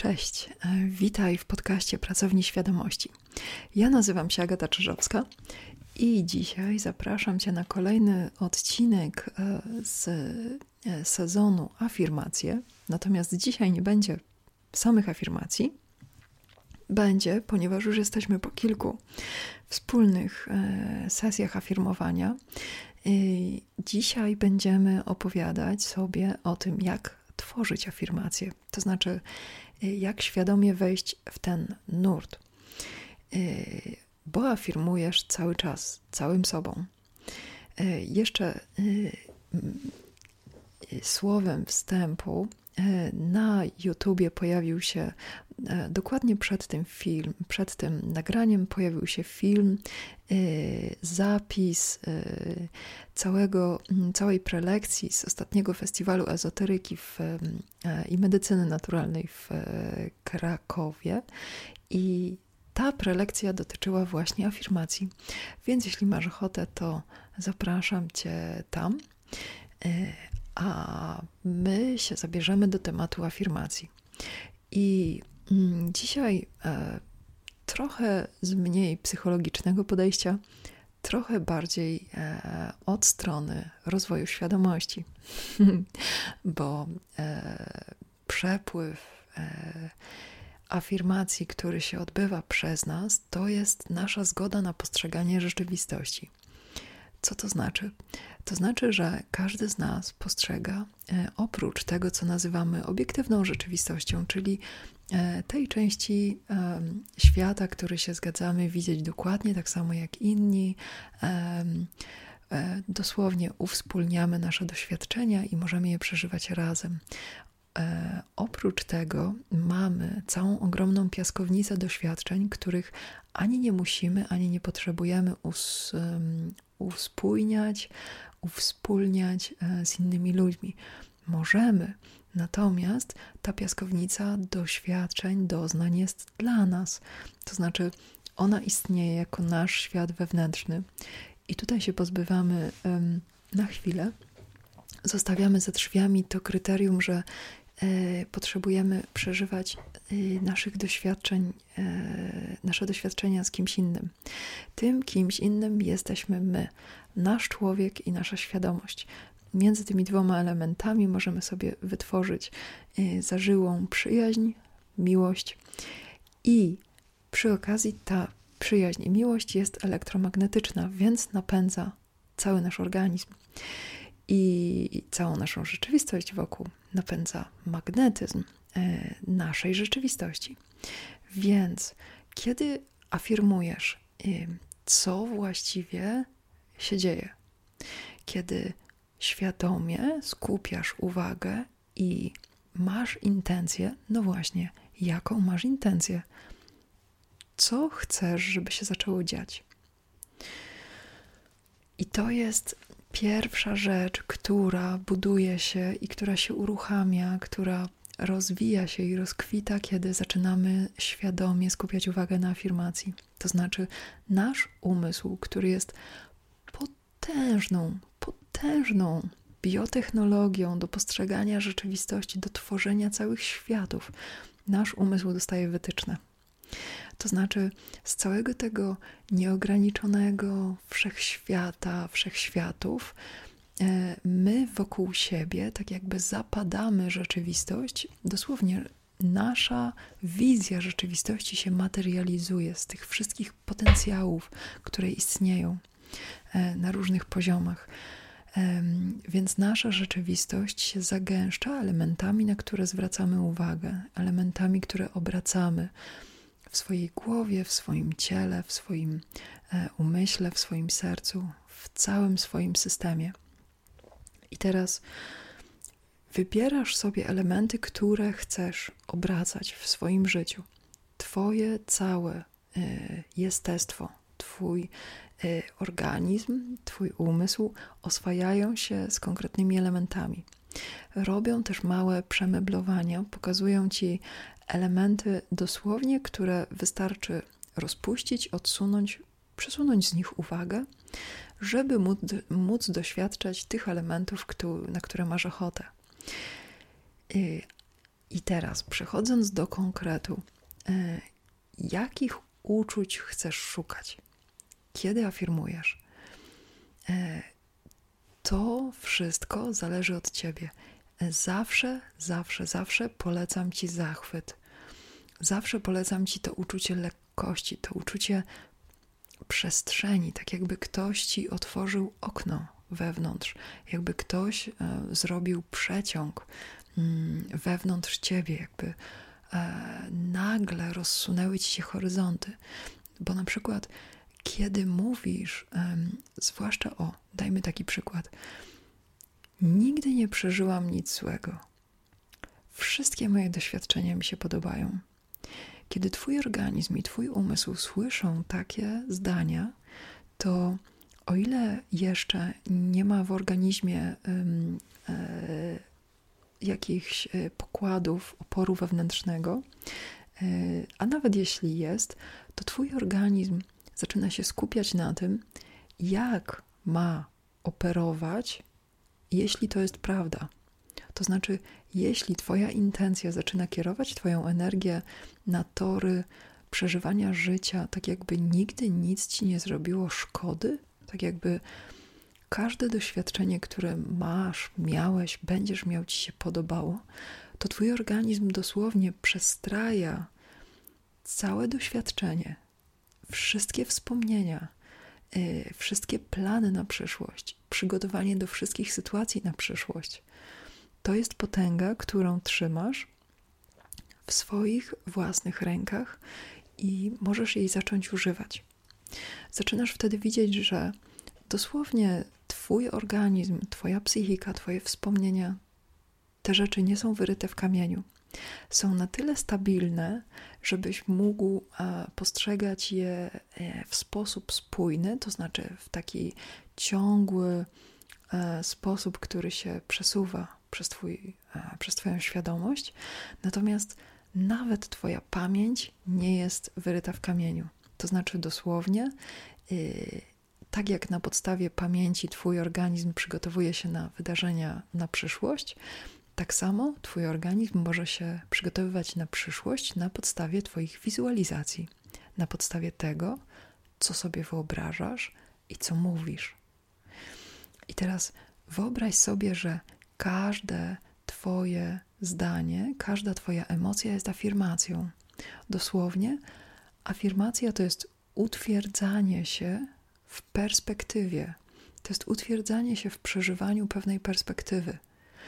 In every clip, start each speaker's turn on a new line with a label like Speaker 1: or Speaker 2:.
Speaker 1: Cześć, witaj w podcaście Pracowni Świadomości. Ja nazywam się Agata Czyżowska i dzisiaj zapraszam Cię na kolejny odcinek z sezonu Afirmacje. Natomiast dzisiaj nie będzie samych afirmacji. Będzie, ponieważ już jesteśmy po kilku wspólnych sesjach afirmowania. Dzisiaj będziemy opowiadać sobie o tym, jak tworzyć afirmacje. To znaczy, jak świadomie wejść w ten nurt. Bo afirmujesz cały czas, całym sobą. Jeszcze słowem wstępu, na YouTubie pojawił się dokładnie przed tym nagraniem pojawił się film, zapis całej prelekcji z ostatniego festiwalu ezoteryki i medycyny naturalnej w Krakowie i ta prelekcja dotyczyła właśnie afirmacji. Więc jeśli masz ochotę, to zapraszam Cię tam. A my się zabierzemy do tematu afirmacji. I dzisiaj trochę z mniej psychologicznego podejścia, trochę bardziej od strony rozwoju świadomości. Bo przepływ afirmacji, który się odbywa przez nas, to jest nasza zgoda na postrzeganie rzeczywistości. Co to znaczy? To znaczy, że każdy z nas postrzega oprócz tego, co nazywamy obiektywną rzeczywistością, czyli tej części świata, który się zgadzamy widzieć dokładnie tak samo jak inni, dosłownie uwspólniamy nasze doświadczenia i możemy je przeżywać razem. Oprócz tego mamy całą ogromną piaskownicę doświadczeń, których ani nie musimy, ani nie potrzebujemy uwspólniać z innymi ludźmi. Możemy, natomiast ta piaskownica doświadczeń, doznań jest dla nas. To znaczy ona istnieje jako nasz świat wewnętrzny i tutaj się pozbywamy na chwilę. Zostawiamy za drzwiami to kryterium, że potrzebujemy przeżywać nasze doświadczenia z kimś innym. Tym kimś innym jesteśmy my, nasz człowiek i nasza świadomość. Między tymi dwoma elementami możemy sobie wytworzyć zażyłą przyjaźń, miłość i przy okazji ta przyjaźń i miłość jest elektromagnetyczna, więc napędza cały nasz organizm. I całą naszą rzeczywistość wokół napędza magnetyzm naszej rzeczywistości. Więc kiedy afirmujesz, co właściwie się dzieje, kiedy świadomie skupiasz uwagę i masz intencję, no właśnie, jaką masz intencję? Co chcesz, żeby się zaczęło dziać? I to jest pierwsza rzecz, która buduje się i która się uruchamia, która rozwija się i rozkwita, kiedy zaczynamy świadomie skupiać uwagę na afirmacji. To znaczy nasz umysł, który jest potężną biotechnologią do postrzegania rzeczywistości, do tworzenia całych światów, nasz umysł dostaje wytyczne. To znaczy z całego tego nieograniczonego wszechświatów, my wokół siebie tak jakby zapadamy rzeczywistość, dosłownie nasza wizja rzeczywistości się materializuje z tych wszystkich potencjałów, które istnieją na różnych poziomach. Więc nasza rzeczywistość się zagęszcza elementami, na które zwracamy uwagę, elementami, które obracamy w swojej głowie, w swoim ciele, w swoim umyśle, w swoim sercu, w całym swoim systemie. I teraz wybierasz sobie elementy, które chcesz obracać w swoim życiu. Twoje całe jestestwo, twój organizm, twój umysł oswajają się z konkretnymi elementami. Robią też małe przemeblowania, pokazują ci elementy dosłownie, które wystarczy rozpuścić, odsunąć, przesunąć z nich uwagę, żeby móc doświadczać tych elementów, na które masz ochotę. I teraz, przechodząc do konkretu, jakich uczuć chcesz szukać? Kiedy afirmujesz? To wszystko zależy od ciebie. Zawsze polecam ci zachwyt. Zawsze polecam ci to uczucie lekkości, to uczucie przestrzeni, tak jakby ktoś ci otworzył okno wewnątrz, jakby ktoś zrobił przeciąg wewnątrz ciebie, jakby nagle rozsunęły ci się horyzonty. Bo na przykład, kiedy mówisz, zwłaszcza dajmy taki przykład, nigdy nie przeżyłam nic złego. Wszystkie moje doświadczenia mi się podobają. Kiedy twój organizm i twój umysł słyszą takie zdania, to o ile jeszcze nie ma w organizmie jakichś pokładów oporu wewnętrznego, a nawet jeśli jest, to twój organizm zaczyna się skupiać na tym, jak ma operować, jeśli to jest prawda. To znaczy, jeśli twoja intencja zaczyna kierować twoją energię na tory przeżywania życia, tak jakby nigdy nic ci nie zrobiło szkody, tak jakby każde doświadczenie, które miałeś, będziesz miał, ci się podobało, to twój organizm dosłownie przestraja całe doświadczenie, wszystkie wspomnienia, wszystkie plany na przyszłość, przygotowanie do wszystkich sytuacji na przyszłość. To jest potęga, którą trzymasz w swoich własnych rękach i możesz jej zacząć używać. Zaczynasz wtedy widzieć, że dosłownie twój organizm, twoja psychika, twoje wspomnienia, te rzeczy nie są wyryte w kamieniu. Są na tyle stabilne, żebyś mógł postrzegać je w sposób spójny, to znaczy w taki ciągły sposób, który się przesuwa przez twoją świadomość. Natomiast nawet twoja pamięć nie jest wyryta w kamieniu. To znaczy dosłownie, tak jak na podstawie pamięci twój organizm przygotowuje się na wydarzenia na przyszłość, tak samo twój organizm może się przygotowywać na przyszłość na podstawie twoich wizualizacji, na podstawie tego, co sobie wyobrażasz i co mówisz. I teraz wyobraź sobie, że każde twoje zdanie, każda twoja emocja jest afirmacją. Dosłownie, afirmacja to jest utwierdzanie się w perspektywie. To jest utwierdzanie się w przeżywaniu pewnej perspektywy.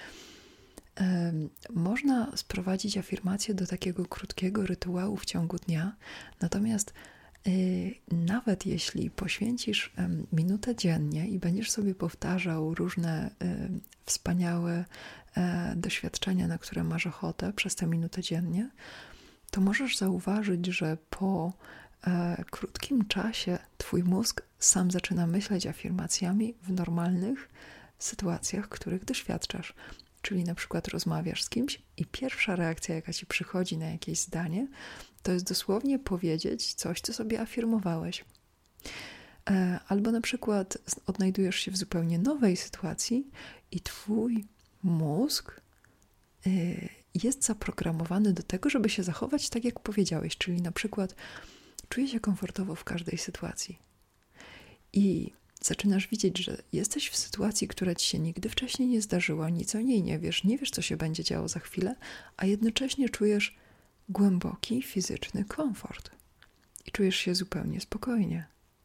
Speaker 1: Można sprowadzić afirmację do takiego krótkiego rytuału w ciągu dnia, natomiast nawet jeśli poświęcisz minutę dziennie i będziesz sobie powtarzał różne wspaniałe doświadczenia, na które masz ochotę przez tę minutę dziennie, to możesz zauważyć, że po krótkim czasie twój mózg sam zaczyna myśleć afirmacjami w normalnych sytuacjach, których doświadczasz. Czyli na przykład rozmawiasz z kimś i pierwsza reakcja, jaka ci przychodzi na jakieś zdanie, to jest dosłownie powiedzieć coś, co sobie afirmowałeś. Albo na przykład odnajdujesz się w zupełnie nowej sytuacji i twój mózg jest zaprogramowany do tego, żeby się zachować tak, jak powiedziałeś. Czyli na przykład czuję się komfortowo w każdej sytuacji. I zaczynasz widzieć, że jesteś w sytuacji, która ci się nigdy wcześniej nie zdarzyła, nic o niej nie wiesz, co się będzie działo za chwilę, a jednocześnie czujesz głęboki fizyczny komfort i czujesz się zupełnie spokojnie.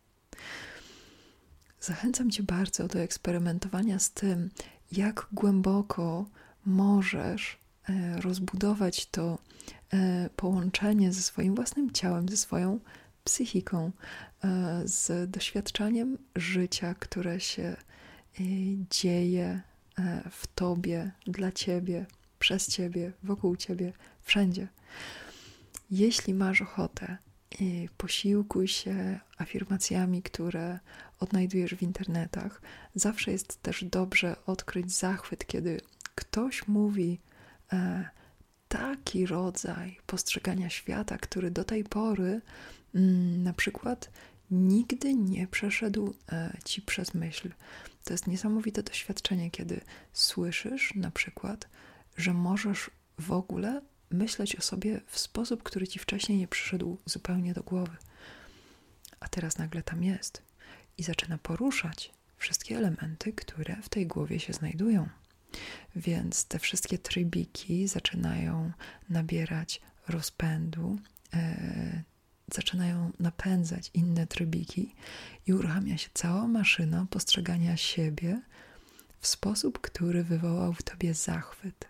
Speaker 1: Zachęcam cię bardzo do eksperymentowania z tym, jak głęboko możesz rozbudować to połączenie ze swoim własnym ciałem, ze swoją psychiką, z doświadczaniem życia, które się dzieje w tobie, dla ciebie, przez ciebie, wokół ciebie, wszędzie. Jeśli masz ochotę, posiłkuj się afirmacjami, które odnajdujesz w internetach. Zawsze jest też dobrze odkryć zachwyt, kiedy ktoś mówi taki rodzaj postrzegania świata, który do tej pory na przykład nigdy nie przeszedł ci przez myśl. To jest niesamowite doświadczenie, kiedy słyszysz na przykład, że możesz w ogóle myśleć o sobie w sposób, który ci wcześniej nie przyszedł zupełnie do głowy. A teraz nagle tam jest i zaczyna poruszać wszystkie elementy, które w tej głowie się znajdują. Więc te wszystkie trybiki zaczynają nabierać rozpędu, zaczynają napędzać inne trybiki i uruchamia się cała maszyna postrzegania siebie w sposób, który wywołał w tobie zachwyt.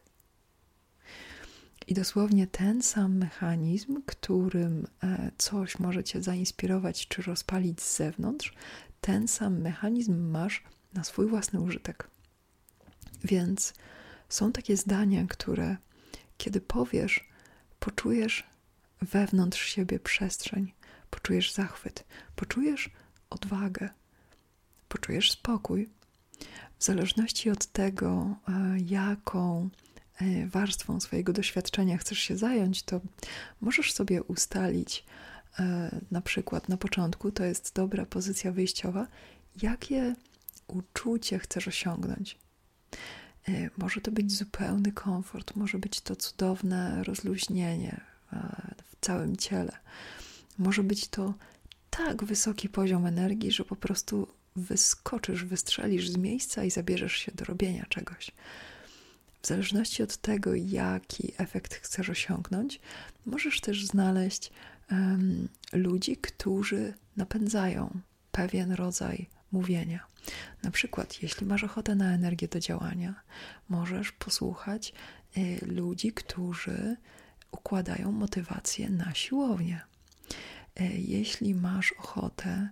Speaker 1: I dosłownie ten sam mechanizm, którym coś może cię zainspirować czy rozpalić z zewnątrz, ten sam mechanizm masz na swój własny użytek. Więc są takie zdania, które kiedy powiesz, poczujesz wewnątrz siebie przestrzeń, poczujesz zachwyt, poczujesz odwagę, poczujesz spokój. W zależności od tego, jaką warstwą swojego doświadczenia chcesz się zająć, to możesz sobie ustalić, na przykład na początku, to jest dobra pozycja wyjściowa, jakie uczucie chcesz osiągnąć. Może to być zupełny komfort, może być to cudowne rozluźnienie w całym ciele. Może być to tak wysoki poziom energii, że po prostu wyskoczysz, wystrzelisz z miejsca i zabierzesz się do robienia czegoś. W zależności od tego, jaki efekt chcesz osiągnąć, możesz też znaleźć ludzi, którzy napędzają pewien rodzaj mówienia. Na przykład, jeśli masz ochotę na energię do działania, możesz posłuchać ludzi, którzy układają motywację na siłownię. Jeśli masz ochotę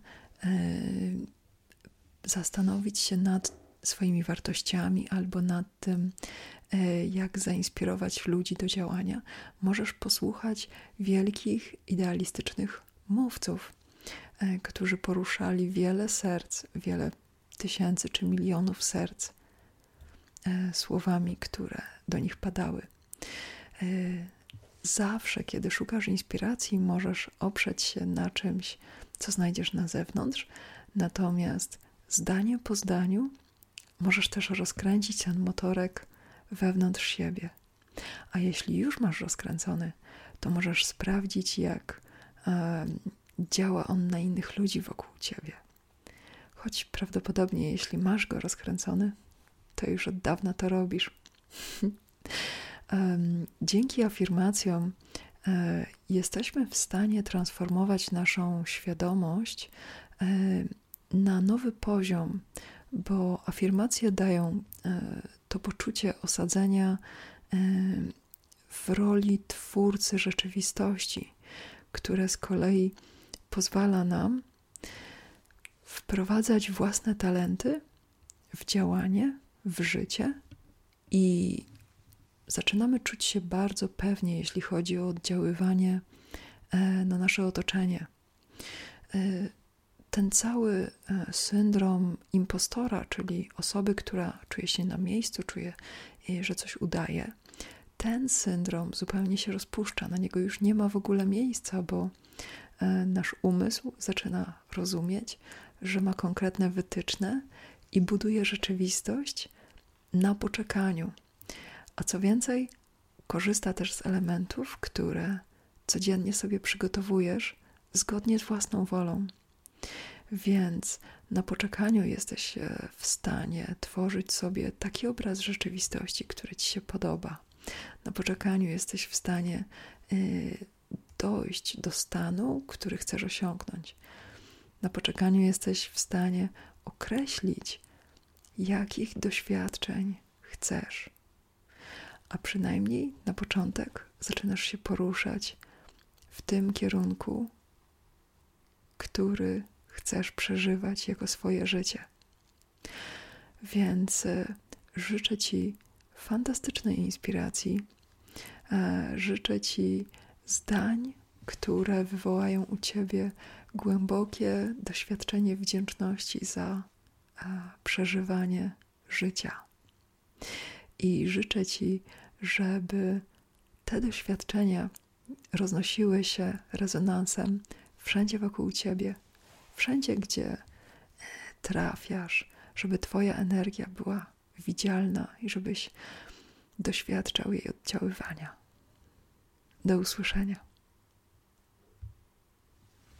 Speaker 1: zastanowić się nad swoimi wartościami albo nad tym, jak zainspirować ludzi do działania, możesz posłuchać wielkich, idealistycznych mówców, którzy poruszali wiele serc, wiele tysięcy czy milionów serc słowami, które do nich padały. Zawsze, kiedy szukasz inspiracji, możesz oprzeć się na czymś, co znajdziesz na zewnątrz, natomiast zdanie po zdaniu możesz też rozkręcić ten motorek wewnątrz siebie. A jeśli już masz rozkręcony, to możesz sprawdzić, jak działa on na innych ludzi wokół ciebie. Choć prawdopodobnie, jeśli masz go rozkręcony, to już od dawna to robisz. Dzięki afirmacjom jesteśmy w stanie transformować naszą świadomość na nowy poziom, bo afirmacje dają to poczucie osadzenia w roli twórcy rzeczywistości, które z kolei pozwala nam wprowadzać własne talenty w działanie, w życie i zaczynamy czuć się bardzo pewnie, jeśli chodzi o oddziaływanie na nasze otoczenie. Ten cały syndrom impostora, czyli osoby, która czuje się na miejscu, czuje, że coś udaje, ten syndrom zupełnie się rozpuszcza, na niego już nie ma w ogóle miejsca, bo nasz umysł zaczyna rozumieć, że ma konkretne wytyczne i buduje rzeczywistość na poczekaniu. A co więcej, korzysta też z elementów, które codziennie sobie przygotowujesz zgodnie z własną wolą. Więc na poczekaniu jesteś w stanie tworzyć sobie taki obraz rzeczywistości, który ci się podoba. Na poczekaniu jesteś w stanie dojść do stanu, który chcesz osiągnąć. Na poczekaniu jesteś w stanie określić, jakich doświadczeń chcesz. A przynajmniej na początek zaczynasz się poruszać w tym kierunku, który chcesz przeżywać jako swoje życie. Więc życzę Ci fantastycznej inspiracji. Życzę Ci zdań, które wywołają u Ciebie głębokie doświadczenie wdzięczności za przeżywanie życia. I życzę Ci, żeby te doświadczenia roznosiły się rezonansem wszędzie wokół Ciebie, wszędzie, gdzie trafiasz, żeby Twoja energia była widzialna i żebyś doświadczał jej oddziaływania. Do usłyszenia.